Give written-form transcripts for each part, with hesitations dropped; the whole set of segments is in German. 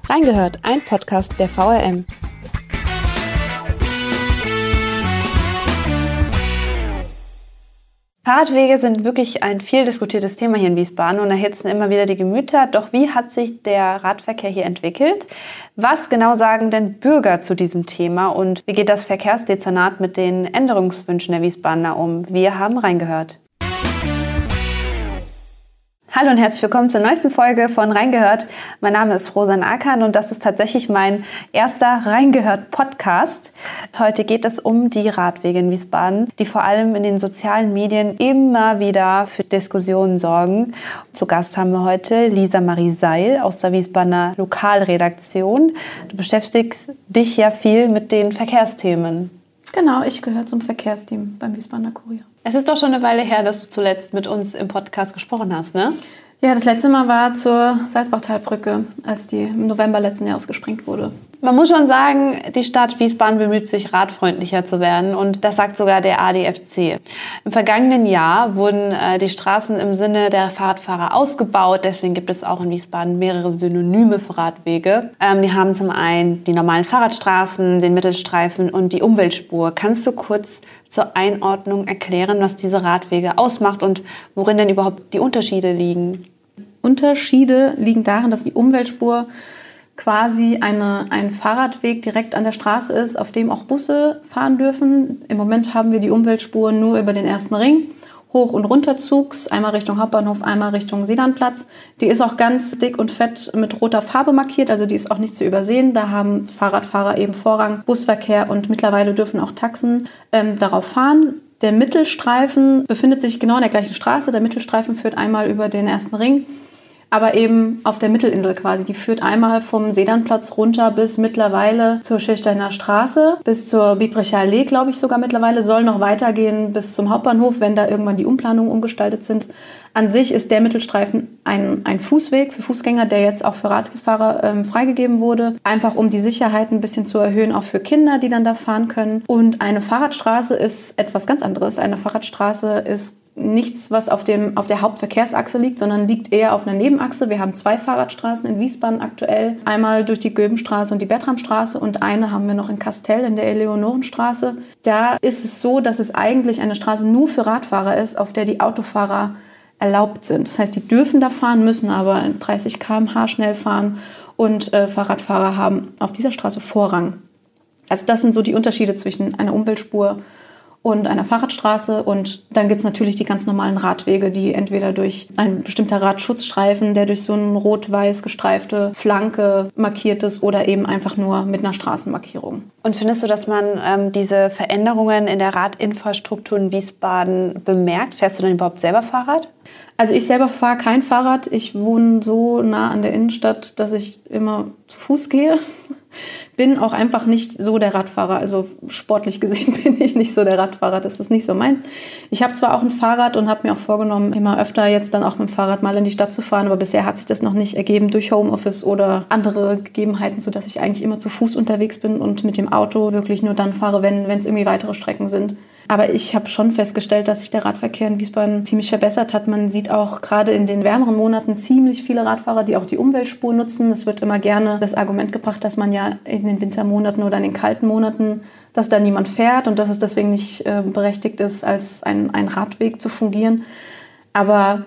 Reingehört, ein Podcast der VRM. Fahrradwege sind wirklich ein viel diskutiertes Thema hier in Wiesbaden und erhitzen immer wieder die Gemüter. Doch wie hat sich der Radverkehr hier entwickelt? Was genau sagen denn Bürger zu diesem Thema und wie geht das Verkehrsdezernat mit den Änderungswünschen der Wiesbadener um? Wir haben reingehört. Hallo und herzlich willkommen zur neuesten Folge von Reingehört. Mein Name ist Rosanne Akan und das ist tatsächlich mein erster Reingehört-Podcast. Heute geht es um die Radwege in Wiesbaden, die vor allem in den sozialen Medien immer wieder für Diskussionen sorgen. Zu Gast haben wir heute Lisa Marie Seil aus der Wiesbadener Lokalredaktion. Du beschäftigst dich ja viel mit den Verkehrsthemen. Genau, ich gehöre zum Verkehrsteam beim Wiesbadener Kurier. Es ist doch schon eine Weile her, dass du zuletzt mit uns im Podcast gesprochen hast, ne? Ja, das letzte Mal war zur Salzbachtalbrücke, als die im November letzten Jahres gesprengt wurde. Man muss schon sagen, die Stadt Wiesbaden bemüht sich, radfreundlicher zu werden und das sagt sogar der ADFC. Im vergangenen Jahr wurden die Straßen im Sinne der Fahrradfahrer ausgebaut, deswegen gibt es auch in Wiesbaden mehrere Synonyme für Radwege. Wir haben zum einen die normalen Fahrradstraßen, den Mittelstreifen und die Umweltspur. Kannst du kurz zur Einordnung erklären, was diese Radwege ausmacht und worin denn überhaupt die Unterschiede liegen? Unterschiede liegen darin, dass die Umweltspur quasi ein Fahrradweg direkt an der Straße ist, auf dem auch Busse fahren dürfen. Im Moment haben wir die Umweltspur nur über den ersten Ring, Hoch- und Runterzugs, einmal Richtung Hauptbahnhof, einmal Richtung Sedanplatz. Die ist auch ganz dick und fett mit roter Farbe markiert, also die ist auch nicht zu übersehen. Da haben Fahrradfahrer eben Vorrang, Busverkehr und mittlerweile dürfen auch Taxen darauf fahren. Der Mittelstreifen befindet sich genau an der gleichen Straße. Der Mittelstreifen führt einmal über den ersten Ring, aber eben auf der Mittelinsel quasi. Die führt einmal vom Sedanplatz runter bis mittlerweile zur Schilchsteiner Straße, bis zur Biebricher Allee, glaube ich sogar mittlerweile. Soll noch weitergehen bis zum Hauptbahnhof, wenn da irgendwann die Umplanungen umgestaltet sind. An sich ist der Mittelstreifen ein Fußweg für Fußgänger, der jetzt auch für Radfahrer freigegeben wurde. Einfach um die Sicherheit ein bisschen zu erhöhen, auch für Kinder, die dann da fahren können. Und eine Fahrradstraße ist etwas ganz anderes. Eine Fahrradstraße ist nichts, was auf der Hauptverkehrsachse liegt, sondern liegt eher auf einer Nebenachse. Wir haben 2 Fahrradstraßen in Wiesbaden aktuell. Einmal durch die Göbenstraße und die Bertramstraße und eine haben wir noch in Kastel in der Eleonorenstraße. Da ist es so, dass es eigentlich eine Straße nur für Radfahrer ist, auf der die Autofahrer erlaubt sind. Das heißt, die dürfen da fahren, müssen aber 30 km/h schnell fahren und Fahrradfahrer haben auf dieser Straße Vorrang. Also das sind so die Unterschiede zwischen einer Umweltspur und einer Fahrradstraße. Und dann gibt es natürlich die ganz normalen Radwege, die entweder durch ein bestimmter Radschutzstreifen, der durch so eine rot-weiß gestreifte Flanke markiert ist, oder eben einfach nur mit einer Straßenmarkierung. Und findest du, dass man diese Veränderungen in der Radinfrastruktur in Wiesbaden bemerkt? Fährst du denn überhaupt selber Fahrrad? Also ich selber fahre kein Fahrrad. Ich wohne so nah an der Innenstadt, dass ich immer zu Fuß gehe. Bin auch einfach nicht so der Radfahrer. Also sportlich gesehen bin ich nicht so der Radfahrer. Das ist nicht so meins. Ich habe zwar auch ein Fahrrad und habe mir auch vorgenommen, immer öfter jetzt dann auch mit dem Fahrrad mal in die Stadt zu fahren. Aber bisher hat sich das noch nicht ergeben durch Homeoffice oder andere Gegebenheiten, sodass ich eigentlich immer zu Fuß unterwegs bin und mit dem Auto wirklich nur dann fahre, wenn es irgendwie weitere Strecken sind. Aber ich habe schon festgestellt, dass sich der Radverkehr in Wiesbaden ziemlich verbessert hat. Man sieht auch gerade in den wärmeren Monaten ziemlich viele Radfahrer, die auch die Umweltspur nutzen. Es wird immer gerne das Argument gebracht, dass man ja in den Wintermonaten oder in den kalten Monaten, dass da niemand fährt und dass es deswegen nicht berechtigt ist, als ein Radweg zu fungieren. Aber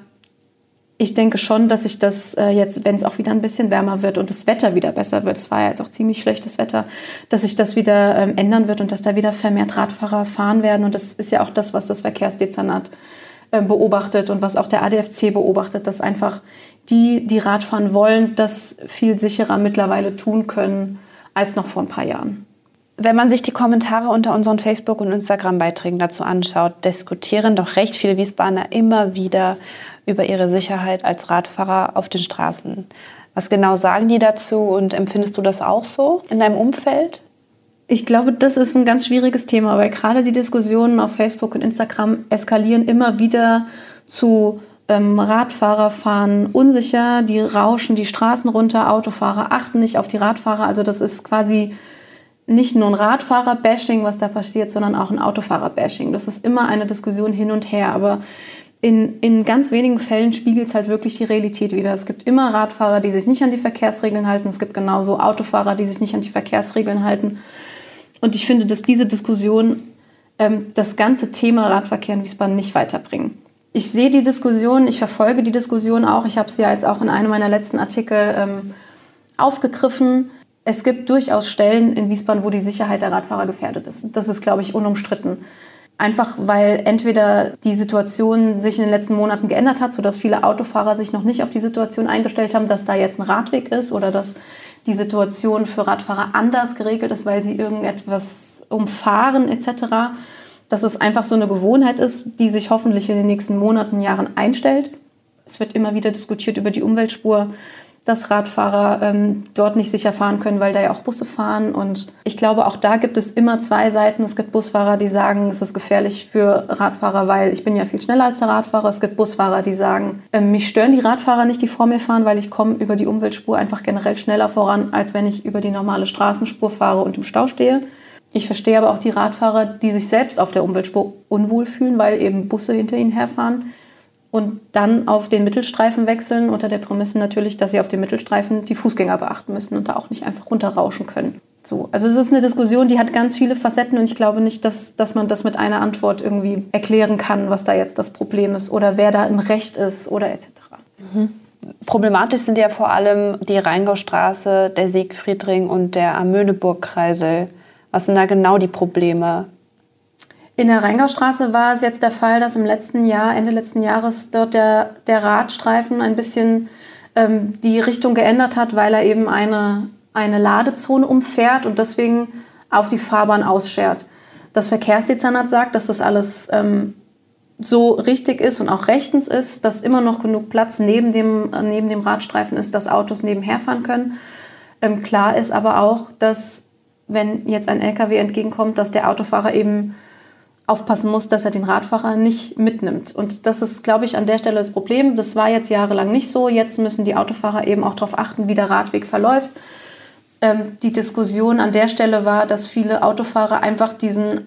ich denke schon, dass sich das jetzt, wenn es auch wieder ein bisschen wärmer wird und das Wetter wieder besser wird, es war ja jetzt auch ziemlich schlechtes Wetter, dass sich das wieder ändern wird und dass da wieder vermehrt Radfahrer fahren werden. Und das ist ja auch das, was das Verkehrsdezernat beobachtet und was auch der ADFC beobachtet, dass einfach die Radfahren wollen, das viel sicherer mittlerweile tun können als noch vor ein paar Jahren. Wenn man sich die Kommentare unter unseren Facebook- und Instagram-Beiträgen dazu anschaut, diskutieren doch recht viele Wiesbadener immer wieder über ihre Sicherheit als Radfahrer auf den Straßen. Was genau sagen die dazu und empfindest du das auch so in deinem Umfeld? Ich glaube, das ist ein ganz schwieriges Thema, weil gerade die Diskussionen auf Facebook und Instagram eskalieren immer wieder zu Radfahrer fahren unsicher, die rauschen die Straßen runter, Autofahrer achten nicht auf die Radfahrer. Also das ist quasi nicht nur ein Radfahrer-Bashing, was da passiert, sondern auch ein Autofahrer-Bashing. Das ist immer eine Diskussion hin und her. Aber in ganz wenigen Fällen spiegelt es halt wirklich die Realität wider. Es gibt immer Radfahrer, die sich nicht an die Verkehrsregeln halten. Es gibt genauso Autofahrer, die sich nicht an die Verkehrsregeln halten. Und ich finde, dass diese Diskussion das ganze Thema Radverkehr in Wiesbaden nicht weiterbringen. Ich sehe die Diskussion, ich verfolge die Diskussion auch. Ich habe sie ja jetzt auch in einem meiner letzten Artikel aufgegriffen. Es gibt durchaus Stellen in Wiesbaden, wo die Sicherheit der Radfahrer gefährdet ist. Das ist, glaube ich, unumstritten. Einfach weil entweder die Situation sich in den letzten Monaten geändert hat, sodass viele Autofahrer sich noch nicht auf die Situation eingestellt haben, dass da jetzt ein Radweg ist oder dass die Situation für Radfahrer anders geregelt ist, weil sie irgendetwas umfahren etc. Dass es einfach so eine Gewohnheit ist, die sich hoffentlich in den nächsten Monaten, Jahren einstellt. Es wird immer wieder diskutiert über die Umweltspur, dass Radfahrer dort nicht sicher fahren können, weil da ja auch Busse fahren. Und ich glaube, auch da gibt es immer zwei Seiten. Es gibt Busfahrer, die sagen, es ist gefährlich für Radfahrer, weil ich bin ja viel schneller als der Radfahrer. Es gibt Busfahrer, die sagen, mich stören die Radfahrer nicht, die vor mir fahren, weil ich komme über die Umweltspur einfach generell schneller voran, als wenn ich über die normale Straßenspur fahre und im Stau stehe. Ich verstehe aber auch die Radfahrer, die sich selbst auf der Umweltspur unwohl fühlen, weil eben Busse hinter ihnen herfahren. Und dann auf den Mittelstreifen wechseln, unter der Prämisse natürlich, dass sie auf dem Mittelstreifen die Fußgänger beachten müssen und da auch nicht einfach runterrauschen können. So, also es ist eine Diskussion, die hat ganz viele Facetten und ich glaube nicht, dass man das mit einer Antwort irgendwie erklären kann, was da jetzt das Problem ist oder wer da im Recht ist oder etc. Problematisch sind ja vor allem die Rheingaustraße, der Siegfriedring und der Amöneburg-Kreisel. Was sind da genau die Probleme? In der Rheingaustraße war es jetzt der Fall, dass im letzten Jahr, Ende letzten Jahres, dort der Radstreifen ein bisschen die Richtung geändert hat, weil er eben eine Ladezone umfährt und deswegen auf die Fahrbahn ausschert. Das Verkehrsdezernat sagt, dass das alles so richtig ist und auch rechtens ist, dass immer noch genug Platz neben dem Radstreifen ist, dass Autos nebenher fahren können. Klar ist aber auch, dass wenn jetzt ein LKW entgegenkommt, dass der Autofahrer eben aufpassen muss, dass er den Radfahrer nicht mitnimmt. Und das ist, glaube ich, an der Stelle das Problem. Das war jetzt jahrelang nicht so. Jetzt müssen die Autofahrer eben auch darauf achten, wie der Radweg verläuft. Die Diskussion an der Stelle war, dass viele Autofahrer einfach diesen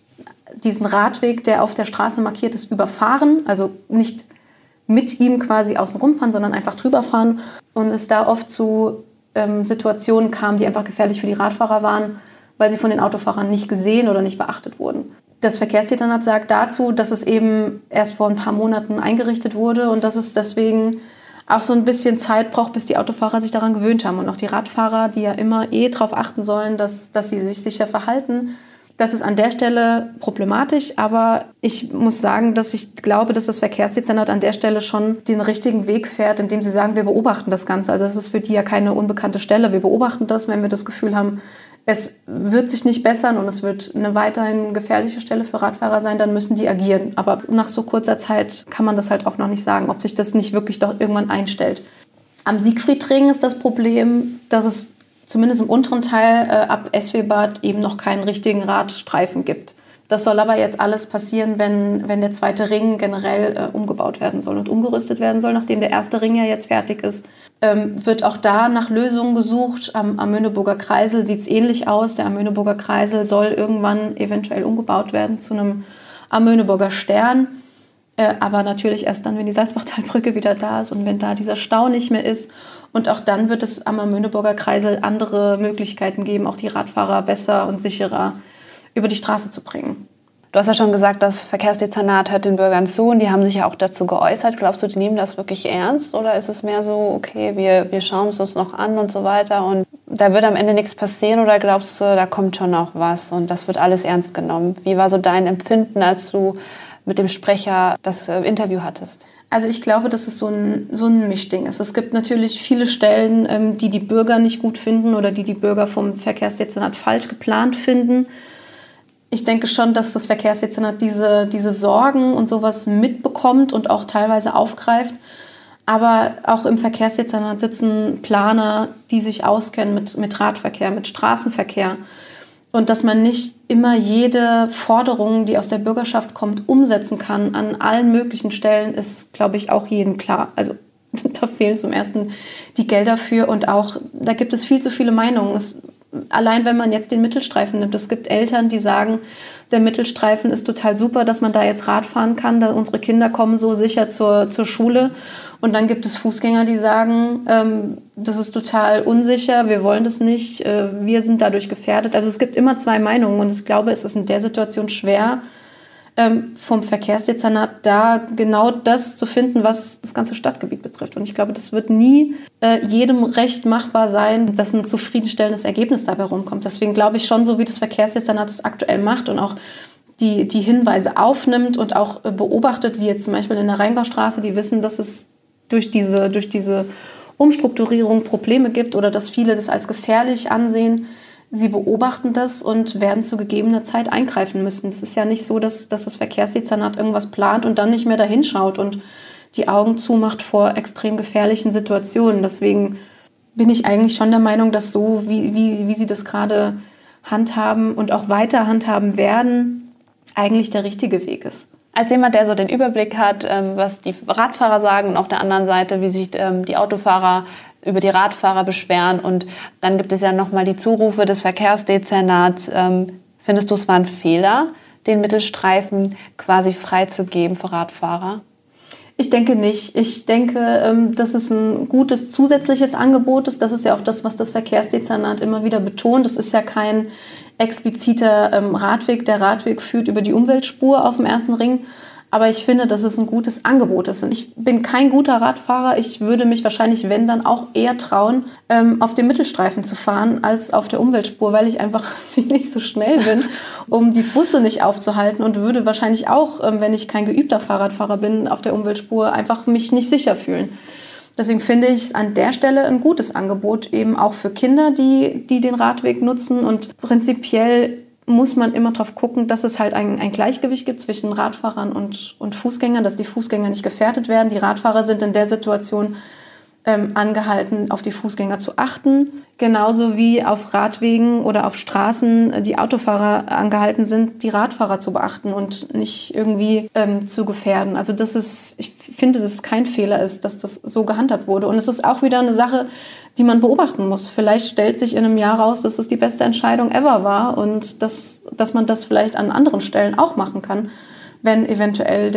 Radweg, der auf der Straße markiert ist, überfahren. Also nicht mit ihm quasi außen rumfahren, sondern einfach drüber fahren. Und es da oft zu Situationen kam, die einfach gefährlich für die Radfahrer waren, weil sie von den Autofahrern nicht gesehen oder nicht beachtet wurden. Das Verkehrsdezernat sagt dazu, dass es eben erst vor ein paar Monaten eingerichtet wurde und dass es deswegen auch so ein bisschen Zeit braucht, bis die Autofahrer sich daran gewöhnt haben. Und auch die Radfahrer, die ja immer darauf achten sollen, dass sie sich sicher verhalten. Das ist an der Stelle problematisch, aber ich muss sagen, dass ich glaube, dass das Verkehrsdezernat an der Stelle schon den richtigen Weg fährt, indem sie sagen, wir beobachten das Ganze. Also es ist für die ja keine unbekannte Stelle. Wir beobachten das, wenn wir das Gefühl haben, es wird sich nicht bessern und es wird eine weiterhin gefährliche Stelle für Radfahrer sein, dann müssen die agieren. Aber nach so kurzer Zeit kann man das halt auch noch nicht sagen, ob sich das nicht wirklich doch irgendwann einstellt. Am Siegfriedring ist das Problem, dass es zumindest im unteren Teil ab Eswebad eben noch keinen richtigen Radstreifen gibt. Das soll aber jetzt alles passieren, wenn der zweite Ring generell umgebaut werden soll und umgerüstet werden soll. Nachdem der erste Ring ja jetzt fertig ist, wird auch da nach Lösungen gesucht. Am Amöneburger Kreisel sieht es ähnlich aus. Der Amöneburger Kreisel soll irgendwann eventuell umgebaut werden zu einem Amöneburger Stern. Aber natürlich erst dann, wenn die Salzbachtalbrücke wieder da ist und wenn da dieser Stau nicht mehr ist. Und auch dann wird es am Amöneburger Kreisel andere Möglichkeiten geben, auch die Radfahrer besser und sicherer über die Straße zu bringen. Du hast ja schon gesagt, das Verkehrsdezernat hört den Bürgern zu und die haben sich ja auch dazu geäußert. Glaubst du, die nehmen das wirklich ernst oder ist es mehr so, okay, wir schauen es uns noch an und so weiter und da wird am Ende nichts passieren oder glaubst du, da kommt schon noch was und das wird alles ernst genommen? Wie war so dein Empfinden, als du mit dem Sprecher das Interview hattest? Also ich glaube, dass es so ein Mischding ist. Es gibt natürlich viele Stellen, die Bürger nicht gut finden oder die Bürger vom Verkehrsdezernat falsch geplant finden. Ich denke schon, dass das Verkehrsdezernat diese Sorgen und sowas mitbekommt und auch teilweise aufgreift. Aber auch im Verkehrsdezernat sitzen Planer, die sich auskennen mit Radverkehr, mit Straßenverkehr. Und dass man nicht immer jede Forderung, die aus der Bürgerschaft kommt, umsetzen kann an allen möglichen Stellen, ist, glaube ich, auch jedem klar. Also da fehlen zum Ersten die Gelder für und auch, da gibt es viel zu viele Meinungen. allein wenn man jetzt den Mittelstreifen nimmt, es gibt Eltern, die sagen, der Mittelstreifen ist total super, dass man da jetzt Rad fahren kann, da unsere Kinder kommen so sicher zur Schule. Und dann gibt es Fußgänger, die sagen, das ist total unsicher, wir wollen das nicht, wir sind dadurch gefährdet. Also es gibt immer zwei Meinungen und ich glaube, es ist in der Situation schwer, vom Verkehrsdezernat da genau das zu finden, was das ganze Stadtgebiet betrifft. Und ich glaube, das wird nie jedem recht machbar sein, dass ein zufriedenstellendes Ergebnis dabei rumkommt. Deswegen glaube ich schon, so wie das Verkehrsdezernat das aktuell macht und auch die Hinweise aufnimmt und auch beobachtet, wie jetzt zum Beispiel in der Rheingaustraße, die wissen, dass es durch diese Umstrukturierung Probleme gibt oder dass viele das als gefährlich ansehen. Sie beobachten das und werden zu gegebener Zeit eingreifen müssen. Das ist ja nicht so, dass das Verkehrsdezernat irgendwas plant und dann nicht mehr dahin schaut und die Augen zumacht vor extrem gefährlichen Situationen. Deswegen bin ich eigentlich schon der Meinung, dass so, wie sie das gerade handhaben und auch weiter handhaben werden, eigentlich der richtige Weg ist. Als jemand, der so den Überblick hat, was die Radfahrer sagen und auf der anderen Seite, wie sich die Autofahrer über die Radfahrer beschweren und dann gibt es ja nochmal die Zurufe des Verkehrsdezernats. Findest du, es war ein Fehler, den Mittelstreifen quasi freizugeben für Radfahrer? Ich denke nicht. Ich denke, dass es ein gutes zusätzliches Angebot ist. Das ist ja auch das, was das Verkehrsdezernat immer wieder betont. Das ist ja kein expliziter Radweg. Der Radweg führt über die Umweltspur auf dem ersten Ring. Aber ich finde, dass es ein gutes Angebot ist. Und ich bin kein guter Radfahrer. Ich würde mich wahrscheinlich, wenn dann, auch eher trauen, auf dem Mittelstreifen zu fahren, als auf der Umweltspur, weil ich einfach nicht so schnell bin, um die Busse nicht aufzuhalten. Und würde wahrscheinlich auch, wenn ich kein geübter Fahrradfahrer bin, auf der Umweltspur einfach mich nicht sicher fühlen. Deswegen finde ich es an der Stelle ein gutes Angebot, eben auch für Kinder, die den Radweg nutzen. Und prinzipiell muss man immer darauf gucken, dass es halt ein Gleichgewicht gibt zwischen Radfahrern und Fußgängern, dass die Fußgänger nicht gefährdet werden. Die Radfahrer sind in der Situation angehalten, auf die Fußgänger zu achten. Genauso wie auf Radwegen oder auf Straßen die Autofahrer angehalten sind, die Radfahrer zu beachten und nicht irgendwie zu gefährden. Also ich finde, dass es kein Fehler ist, dass das so gehandhabt wurde. Und es ist auch wieder eine Sache, die man beobachten muss. Vielleicht stellt sich in einem Jahr raus, dass es die beste Entscheidung ever war und dass man das vielleicht an anderen Stellen auch machen kann, wenn eventuell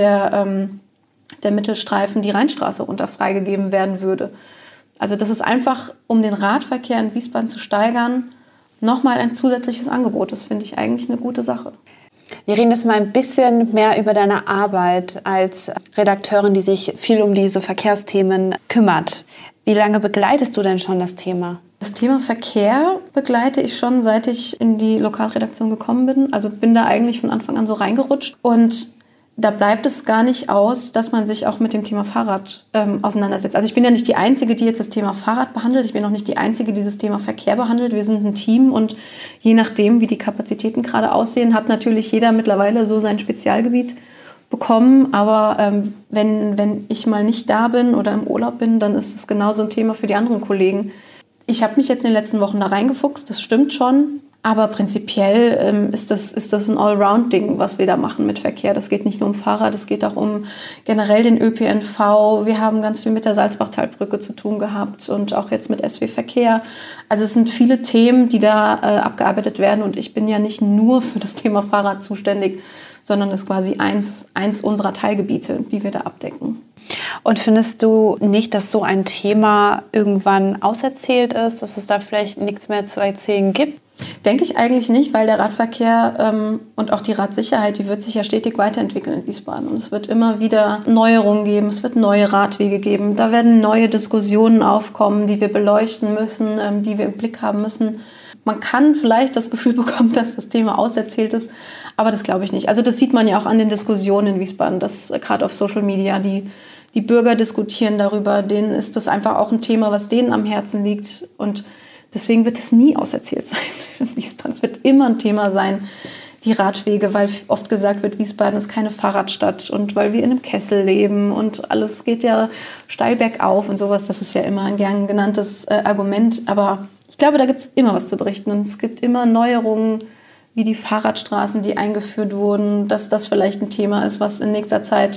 der Mittelstreifen die Rheinstraße runter freigegeben werden würde. Also das ist einfach, um den Radverkehr in Wiesbaden zu steigern, nochmal ein zusätzliches Angebot. Das finde ich eigentlich eine gute Sache. Wir reden jetzt mal ein bisschen mehr über deine Arbeit als Redakteurin, die sich viel um diese Verkehrsthemen kümmert. Wie lange begleitest du denn schon das Thema? Das Thema Verkehr begleite ich schon, seit ich in die Lokalredaktion gekommen bin. Also bin da eigentlich von Anfang an so reingerutscht. Und da bleibt es gar nicht aus, dass man sich auch mit dem Thema Fahrrad auseinandersetzt. Also ich bin ja nicht die Einzige, die jetzt das Thema Fahrrad behandelt. Ich bin auch nicht die Einzige, die das Thema Verkehr behandelt. Wir sind ein Team und je nachdem, wie die Kapazitäten gerade aussehen, hat natürlich jeder mittlerweile so sein Spezialgebiet bekommen. Aber wenn ich mal nicht da bin oder im Urlaub bin, dann ist es genauso ein Thema für die anderen Kollegen. Ich habe mich jetzt in den letzten Wochen da reingefuchst, das stimmt schon. Aber prinzipiell ist das ein Allround-Ding, was wir da machen mit Verkehr. Das geht nicht nur um Fahrrad, es geht auch um generell den ÖPNV. Wir haben ganz viel mit der Salzbachtalbrücke zu tun gehabt und auch jetzt mit SW Verkehr. Also es sind viele Themen, die da abgearbeitet werden. Und ich bin ja nicht nur für das Thema Fahrrad zuständig, sondern ist quasi eins unserer Teilgebiete, die wir da abdecken. Und findest du nicht, dass so ein Thema irgendwann auserzählt ist, dass es da vielleicht nichts mehr zu erzählen gibt? Denke ich eigentlich nicht, weil der Radverkehr und auch die Radsicherheit, die wird sich ja stetig weiterentwickeln in Wiesbaden. Und es wird immer wieder Neuerungen geben, es wird neue Radwege geben. Da werden neue Diskussionen aufkommen, die wir beleuchten müssen, die wir im Blick haben müssen. Man kann vielleicht das Gefühl bekommen, dass das Thema auserzählt ist, aber das glaube ich nicht. Also das sieht man ja auch an den Diskussionen in Wiesbaden, dass gerade auf Social Media die Bürger diskutieren darüber. Denen ist das einfach auch ein Thema, was denen am Herzen liegt. Und deswegen wird es nie auserzählt sein in Wiesbaden. Es wird immer ein Thema sein, die Radwege, weil oft gesagt wird, Wiesbaden ist keine Fahrradstadt und weil wir in einem Kessel leben und alles geht ja steil bergauf und sowas. Das ist ja immer ein gern genanntes Argument. Aber ich glaube, da gibt es immer was zu berichten und es gibt immer Neuerungen, wie die Fahrradstraßen, die eingeführt wurden, dass das vielleicht ein Thema ist, was in nächster Zeit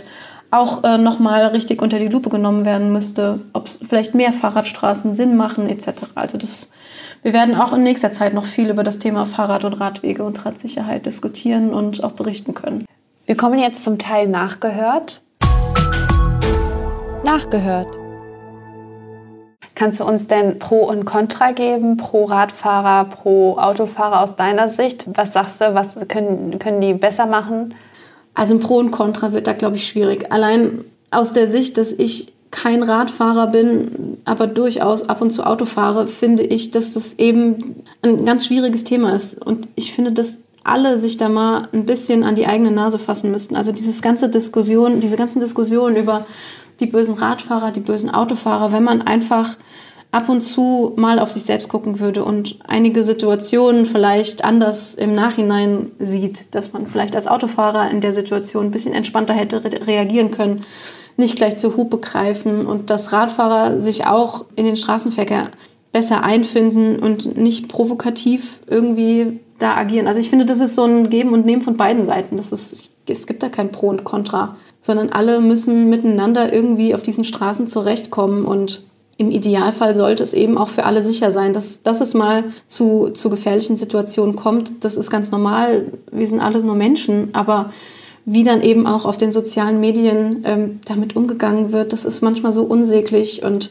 auch nochmal richtig unter die Lupe genommen werden müsste, ob es vielleicht mehr Fahrradstraßen Sinn machen etc. Also wir werden auch in nächster Zeit noch viel über das Thema Fahrrad- und Radwege und Radsicherheit diskutieren und auch berichten können. Wir kommen jetzt zum Teil Nachgehört. Nachgehört. Kannst du uns denn Pro und Contra geben? Pro Radfahrer, pro Autofahrer aus deiner Sicht? Was sagst du, was können die besser machen? Also ein Pro und Contra wird da, glaube ich, schwierig. Allein aus der Sicht, dass ich kein Radfahrer bin, aber durchaus ab und zu Auto fahre, finde ich, dass das eben ein ganz schwieriges Thema ist. Und ich finde, dass alle sich da mal ein bisschen an die eigene Nase fassen müssten. Also diese ganzen Diskussionen über die bösen Radfahrer, die bösen Autofahrer, wenn man einfach ab und zu mal auf sich selbst gucken würde und einige Situationen vielleicht anders im Nachhinein sieht, dass man vielleicht als Autofahrer in der Situation ein bisschen entspannter hätte reagieren können, nicht gleich zur Hupe greifen und dass Radfahrer sich auch in den Straßenverkehr besser einfinden und nicht provokativ irgendwie da agieren. Also ich finde, das ist so ein Geben und Nehmen von beiden Seiten. Es gibt da kein Pro und Contra, sondern alle müssen miteinander irgendwie auf diesen Straßen zurechtkommen und im Idealfall sollte es eben auch für alle sicher sein, dass es mal zu gefährlichen Situationen kommt. Das ist ganz normal. Wir sind alle nur Menschen. Aber wie dann eben auch auf den sozialen Medien damit umgegangen wird, das ist manchmal so unsäglich. Und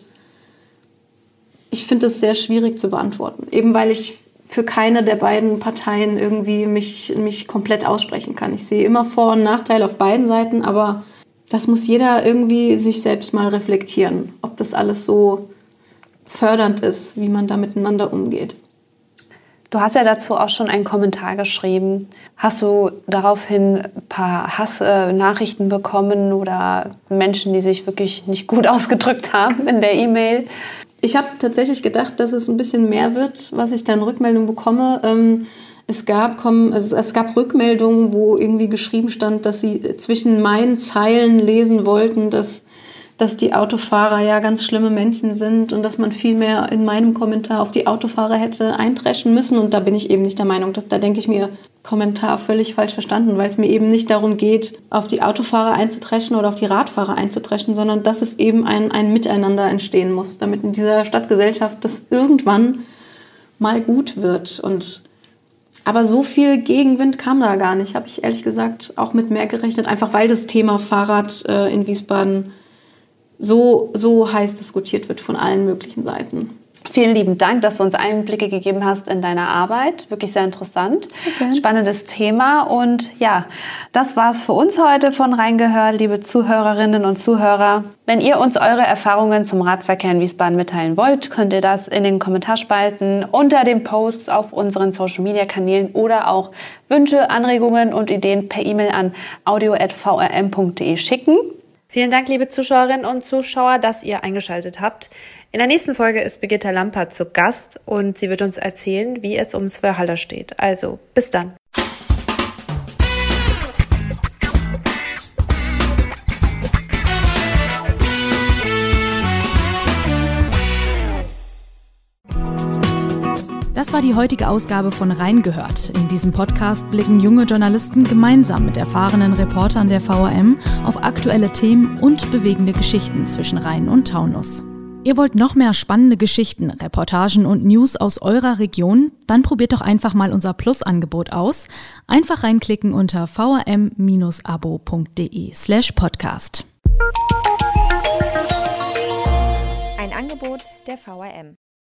ich finde es sehr schwierig zu beantworten. Eben weil ich für keine der beiden Parteien irgendwie mich komplett aussprechen kann. Ich sehe immer Vor- und Nachteile auf beiden Seiten, aber das muss jeder irgendwie sich selbst mal reflektieren, ob das alles so fördernd ist, wie man da miteinander umgeht. Du hast ja dazu auch schon einen Kommentar geschrieben. Hast du daraufhin ein paar Hassnachrichten bekommen oder Menschen, die sich wirklich nicht gut ausgedrückt haben in der E-Mail? Ich habe tatsächlich gedacht, dass es ein bisschen mehr wird, was ich dann Rückmeldung bekomme. Es gab Rückmeldungen, wo irgendwie geschrieben stand, dass sie zwischen meinen Zeilen lesen wollten, dass die Autofahrer ja ganz schlimme Menschen sind und dass man viel mehr in meinem Kommentar auf die Autofahrer hätte eindreschen müssen. Und da bin ich eben nicht der Meinung. Da denke ich mir, Kommentar völlig falsch verstanden, weil es mir eben nicht darum geht, auf die Autofahrer einzudreschen oder auf die Radfahrer einzudreschen, sondern dass es eben ein Miteinander entstehen muss, damit in dieser Stadtgesellschaft das irgendwann mal gut wird. Aber so viel Gegenwind kam da gar nicht, habe ich ehrlich gesagt auch mit mehr gerechnet, einfach weil das Thema Fahrrad in Wiesbaden so heiß diskutiert wird von allen möglichen Seiten. Vielen lieben Dank, dass du uns Einblicke gegeben hast in deine Arbeit. Wirklich sehr interessant. Okay. Spannendes Thema. Und ja, das war's für uns heute von Reingehört, liebe Zuhörerinnen und Zuhörer. Wenn ihr uns eure Erfahrungen zum Radverkehr in Wiesbaden mitteilen wollt, könnt ihr das in den Kommentarspalten unter den Posts auf unseren Social-Media-Kanälen oder auch Wünsche, Anregungen und Ideen per E-Mail an audio@vrm.de schicken. Vielen Dank, liebe Zuschauerinnen und Zuschauer, dass ihr eingeschaltet habt. In der nächsten Folge ist Birgitta Lampert zu Gast und sie wird uns erzählen, wie es ums Valhalla steht. Also, bis dann. Das war die heutige Ausgabe von Reingehört. In diesem Podcast blicken junge Journalisten gemeinsam mit erfahrenen Reportern der VRM auf aktuelle Themen und bewegende Geschichten zwischen Rhein und Taunus. Ihr wollt noch mehr spannende Geschichten, Reportagen und News aus eurer Region? Dann probiert doch einfach mal unser Plus-Angebot aus. Einfach reinklicken unter vrm-abo.de/podcast. Ein Angebot der VRM.